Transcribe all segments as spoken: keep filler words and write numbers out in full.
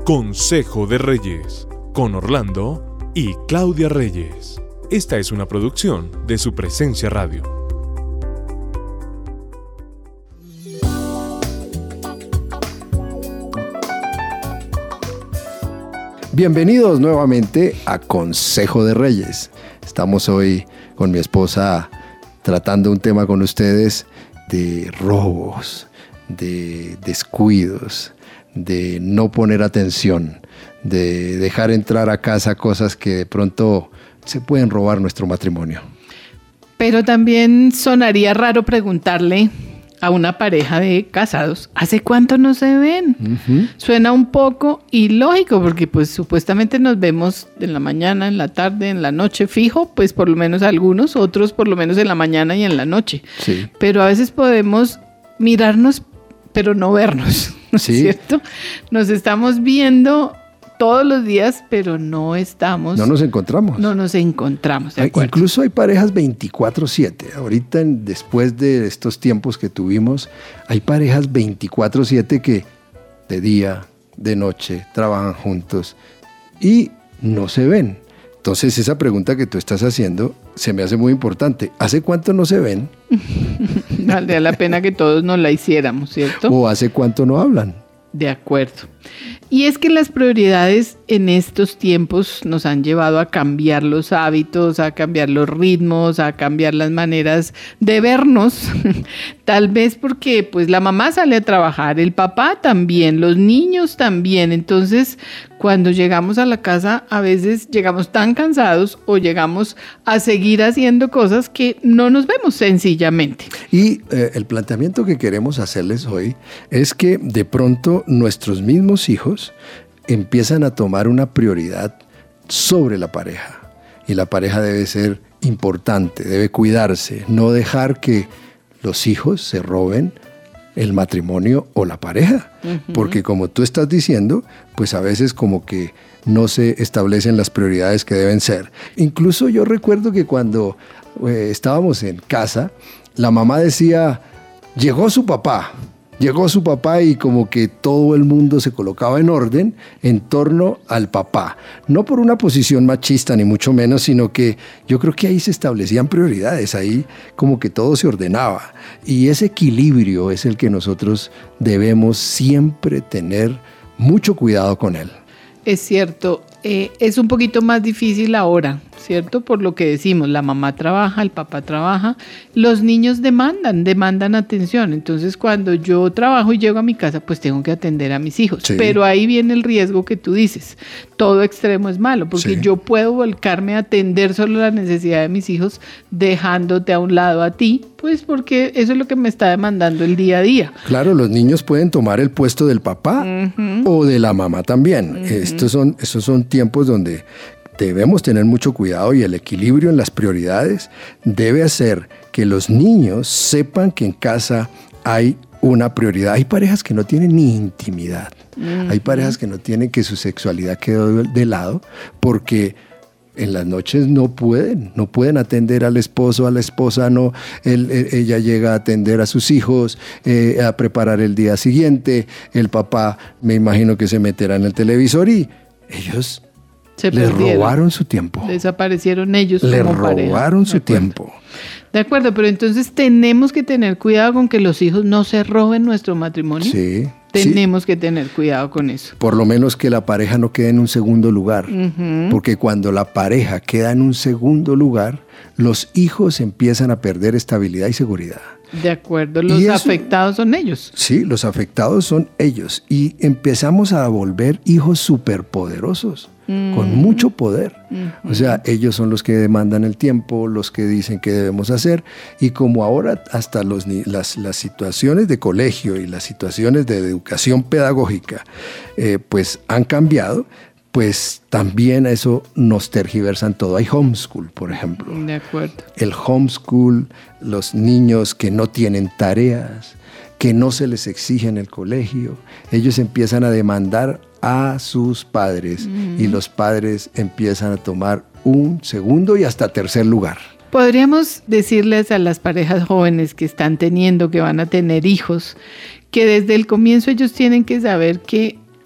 Consejo de Reyes, con Orlando y Claudia Reyes. Esta es una producción de Su Presencia Radio. Bienvenidos nuevamente a Consejo de Reyes. Estamos hoy con mi esposa tratando un tema con ustedes de robos, de descuidos, de no poner atención, de dejar entrar a casa cosas que de pronto se pueden robar nuestro matrimonio. Pero también sonaría raro preguntarle a una pareja de casados, ¿hace cuánto no se ven? Uh-huh. Suena un poco ilógico porque pues supuestamente nos vemos en la mañana, en la tarde, en la noche fijo, pues por lo menos algunos, otros por lo menos en la mañana y en la noche. Sí. Pero a veces podemos mirarnos, pero no vernos, ¿no es sí. cierto? Nos estamos viendo todos los días, pero no estamos... No nos encontramos. No nos encontramos, de acuerdo. Incluso hay parejas veinticuatro siete. Ahorita, después de estos tiempos que tuvimos, hay parejas veinticuatro siete que de día, de noche, trabajan juntos y no se ven. Entonces, esa pregunta que tú estás haciendo se me hace muy importante. ¿Hace cuánto no se ven? Valdría la pena que todos nos la hiciéramos, ¿cierto? ¿O hace cuánto no hablan? De acuerdo. Y es que las prioridades en estos tiempos nos han llevado a cambiar los hábitos, a cambiar los ritmos, a cambiar las maneras de vernos. Tal vez porque pues la mamá sale a trabajar, el papá también, los niños también. Entonces, cuando llegamos a la casa, a veces llegamos tan cansados o llegamos a seguir haciendo cosas que no nos vemos sencillamente. Y eh, el planteamiento que queremos hacerles hoy es que de pronto nuestros mismos hijos empiezan a tomar una prioridad sobre la pareja. Y la pareja debe ser importante, debe cuidarse, no dejar que los hijos se roben el matrimonio o la pareja. Uh-huh. Porque como tú estás diciendo, pues a veces como que no se establecen las prioridades que deben ser. Incluso yo recuerdo que cuando eh, estábamos en casa, la mamá decía, llegó su papá. Llegó su papá y como que todo el mundo se colocaba en orden en torno al papá. No por una posición machista ni mucho menos, sino que yo creo que ahí se establecían prioridades, ahí como que todo se ordenaba. Y ese equilibrio es el que nosotros debemos siempre tener mucho cuidado con él. Es cierto, eh, es un poquito más difícil ahora, ¿cierto? Por lo que decimos, la mamá trabaja, el papá trabaja, los niños demandan, demandan atención. Entonces, cuando yo trabajo y llego a mi casa, pues tengo que atender a mis hijos. Sí. Pero ahí viene el riesgo que tú dices. Todo extremo es malo, porque sí. yo puedo volcarme a atender solo la necesidad de mis hijos, dejándote a un lado a ti, pues porque eso es lo que me está demandando el día a día. Claro, los niños pueden tomar el puesto del papá uh-huh. o de la mamá también. Uh-huh. Estos son, estos son tiempos donde debemos tener mucho cuidado y el equilibrio en las prioridades debe hacer que los niños sepan que en casa hay una prioridad. Hay parejas que no tienen ni intimidad. Uh-huh. Hay parejas que no tienen, que su sexualidad quedó de lado porque en las noches no pueden, no pueden atender al esposo, a la esposa, no, él, ella llega a atender a sus hijos, eh, a preparar el día siguiente, el papá me imagino que se meterá en el televisor y ellos se les robaron su tiempo. Desaparecieron ellos como pareja. Le robaron su tiempo. De acuerdo, pero entonces tenemos que tener cuidado con que los hijos no se roben nuestro matrimonio. Sí. Tenemos sí. que tener cuidado con eso. Por lo menos que la pareja no quede en un segundo lugar. Uh-huh. Porque cuando la pareja queda en un segundo lugar, los hijos empiezan a perder estabilidad y seguridad. De acuerdo, los eso, afectados son ellos. Sí, los afectados son ellos. Y empezamos a volver hijos superpoderosos. Mm. Con mucho poder. Mm-hmm. O sea, ellos son los que demandan el tiempo, los que dicen qué debemos hacer. Y como ahora hasta los, las, las situaciones de colegio y las situaciones de educación pedagógica eh, pues han cambiado, pues también eso nos tergiversan todo. Hay homeschool, por ejemplo. De acuerdo. El homeschool, los niños que no tienen tareas, que no se les exige en el colegio, ellos empiezan a demandar a sus padres mm. y los padres empiezan a tomar un segundo y hasta tercer lugar. Podríamos decirles a las parejas jóvenes que están teniendo, que van a tener hijos, que desde el comienzo ellos tienen que saber que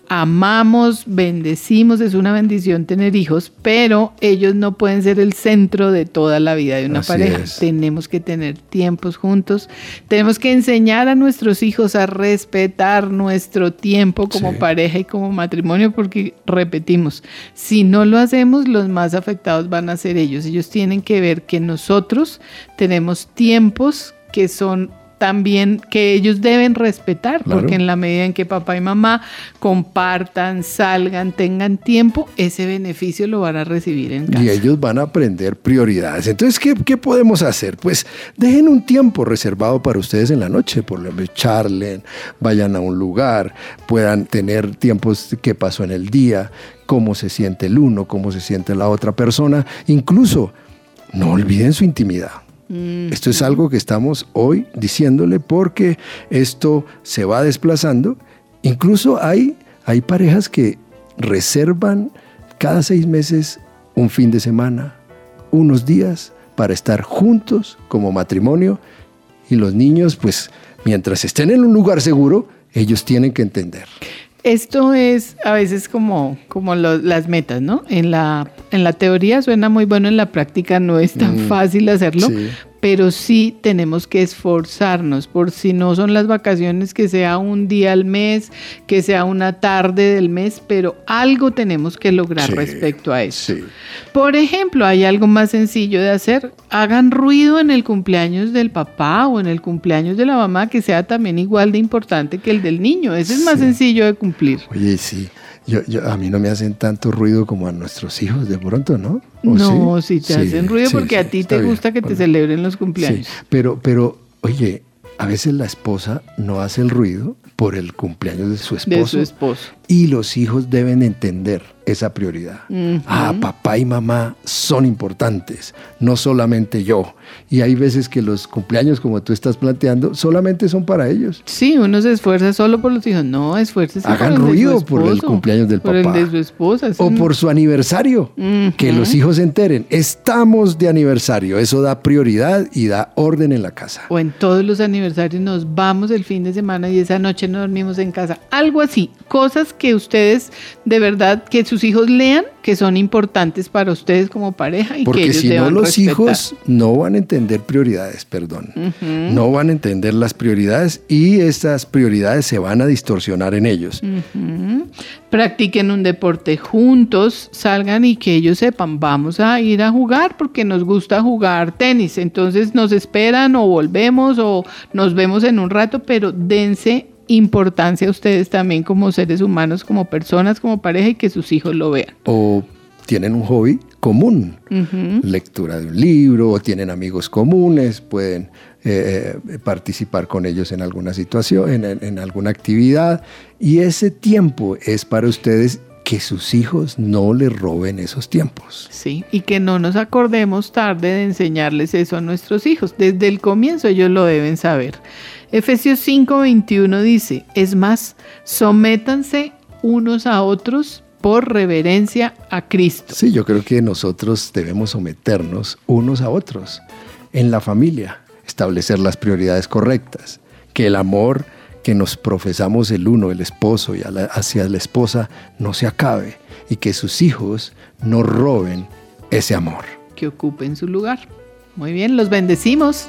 amamos, bendecimos, es una bendición tener hijos, pero ellos no pueden ser el centro de toda la vida de una Así pareja. es. Tenemos que tener tiempos juntos, tenemos que enseñar a nuestros hijos a respetar nuestro tiempo como Sí. pareja y como matrimonio, porque repetimos, si no lo hacemos, los más afectados van a ser ellos. Ellos tienen que ver que nosotros tenemos tiempos que son también que ellos deben respetar, Claro. porque en la medida en que papá y mamá compartan, salgan, tengan tiempo, ese beneficio lo van a recibir en casa. Y ellos van a aprender prioridades. Entonces, ¿qué, qué podemos hacer? Pues dejen un tiempo reservado para ustedes en la noche, por ejemplo, charlen, vayan a un lugar, puedan tener tiempos que pasó en el día, cómo se siente el uno, cómo se siente la otra persona. Incluso, no olviden su intimidad. Esto es algo que estamos hoy diciéndole porque esto se va desplazando. Incluso hay, hay parejas que reservan cada seis meses un fin de semana, unos días para estar juntos como matrimonio, y los niños, pues mientras estén en un lugar seguro, ellos tienen que entender. Esto es a veces como, como lo- las metas, ¿no? En la, en la teoría suena muy bueno, en la práctica no es tan Mm, fácil hacerlo, sí. pero sí tenemos que esforzarnos por si no son las vacaciones, que sea un día al mes, que sea una tarde del mes, pero algo tenemos que lograr Sí, respecto a eso. sí. Por ejemplo, hay algo más sencillo de hacer. Hagan ruido en el cumpleaños del papá o en el cumpleaños de la mamá, que sea también igual de importante que el del niño. Ese es más Sí. sencillo de cumplir. Oye, sí, yo, yo, a mí no me hacen tanto ruido como a nuestros hijos de pronto, ¿no? ¿O No, sí? si te Sí, hacen ruido sí, porque sí, a ti está te bien. gusta que te Bueno, celebren los cumpleaños. sí, pero, pero, oye, a veces la esposa no hace el ruido por el cumpleaños de su esposo. De su esposo. Y los hijos deben entender esa prioridad. Ujú. Ah, papá y mamá son importantes, no solamente yo. Y hay veces que los cumpleaños, como tú estás planteando, solamente son para ellos. Sí, uno se esfuerza solo por los hijos. No, esfuércese por Hagan el de su ruido por el esposo, cumpleaños del por papá. el de su esposa. Es O un- por su aniversario, Ujú. que los hijos se enteren. Estamos de aniversario, eso da prioridad y da orden en la casa. O en todos los aniversarios nos vamos el fin de semana y esa noche no dormimos en casa. Algo así. Cosas que ustedes, de verdad, que sus hijos lean, que son importantes para ustedes como pareja y que Porque ellos si no, deban los respetar. hijos no van a entender prioridades, perdón. Ujú. No van a entender las prioridades y estas prioridades se van a distorsionar en ellos. Ujú. Practiquen un deporte juntos, salgan y que ellos sepan, vamos a ir a jugar porque nos gusta jugar tenis, entonces nos esperan o volvemos o nos vemos en un rato, pero dense importancia a ustedes también como seres humanos, como personas, como pareja y que sus hijos lo vean. O tienen un hobby común, Ujú. lectura de un libro, o tienen amigos comunes, pueden eh, eh, participar con ellos en alguna situación, en, en- en alguna actividad, y ese tiempo es para ustedes, que sus hijos no les roben esos tiempos. Sí, y que no nos acordemos tarde de enseñarles eso a nuestros hijos. Desde el comienzo ellos lo deben saber. Efesios cinco veintiuno dice, es más, sométanse unos a otros por reverencia a Cristo. Sí, yo creo que nosotros debemos someternos unos a otros en la familia, establecer las prioridades correctas, que el amor que nos profesamos el uno, el esposo y a la- hacia la esposa no se acabe y que sus hijos no roben ese amor. Que ocupen su lugar. Muy bien, los bendecimos.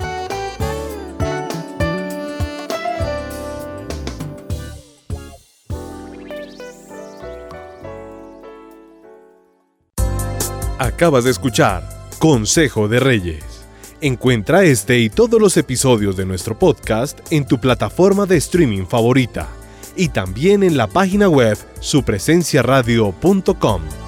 Acabas de escuchar Consejo de Reyes. Encuentra este y todos los episodios de nuestro podcast en tu plataforma de streaming favorita y también en la página web su presencia radio punto com.